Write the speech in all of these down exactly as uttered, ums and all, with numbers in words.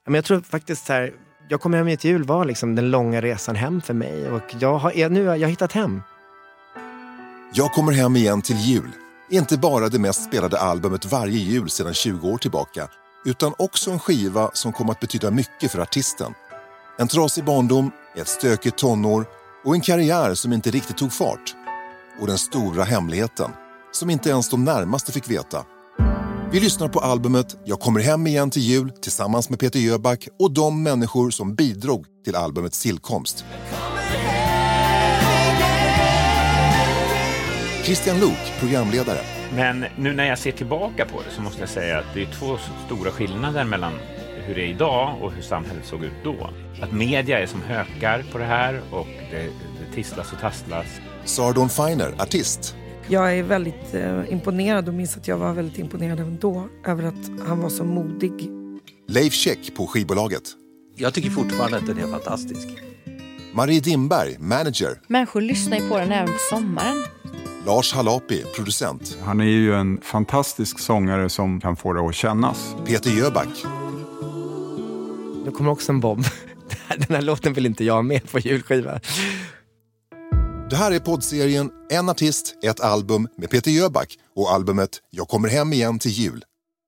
Men jag tror faktiskt så här, jag kommer hem till jul var liksom den långa resan hem för mig. Och jag har, jag, nu har jag hittat hem. Jag kommer hem igen till jul. Inte bara det mest spelade albumet varje jul sedan tjugo år tillbaka, utan också en skiva som kommer att betyda mycket för artisten. En trasig barndom, ett stökigt tonår och en karriär som inte riktigt tog fart. Och den stora hemligheten, som inte ens de närmaste fick veta. Vi lyssnar på albumet Jag kommer hem igen till jul tillsammans med Peter Jöback och de människor som bidrog till albumets tillkomst. Christian Luuk, programledare. Men nu när jag ser tillbaka på det så måste jag säga att det är två stora skillnader mellan hur det är idag och hur samhället såg ut då. Att media är som hökar på det här och det, det tisslas och tasslas. Sara Dawn Finer, artist. Jag är väldigt eh, imponerad och minns att jag var väldigt imponerad även då över att han var så modig. Leif Käck på skivbolaget. Jag tycker fortfarande att den är fantastisk. Marie Dimberg, manager. Människor lyssnar ju på den även på sommaren. Lars Halapi, producent. Han är ju en fantastisk sångare som kan få det att kännas. Peter Jöback. Det kommer också en bomb. Den här låten vill inte jag med på julskiva. Det här är poddserien En artist, ett album med Peter Jöback och albumet Jag kommer hem igen till jul.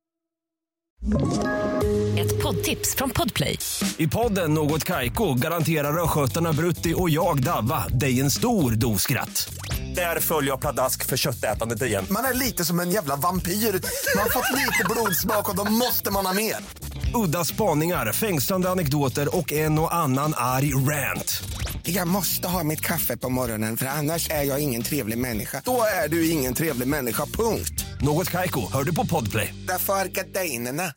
Ett poddtips från Podplay. I podden Något Kaiko garanterar röskötarna Brutti och jag Davva dig en stor doskratt. Där följer jag pladask för köttätandet igen. Man är lite som en jävla vampyr. Man har fått lite blodsmak och då måste man ha mer. Udda spaningar, fängslande anekdoter och en och annan arg rant. Jag måste ha mitt kaffe på morgonen för annars är jag ingen trevlig människa. Då är du ingen trevlig människa, punkt. Något Kaiko, hör du på Podplay. Därför är gardinerna.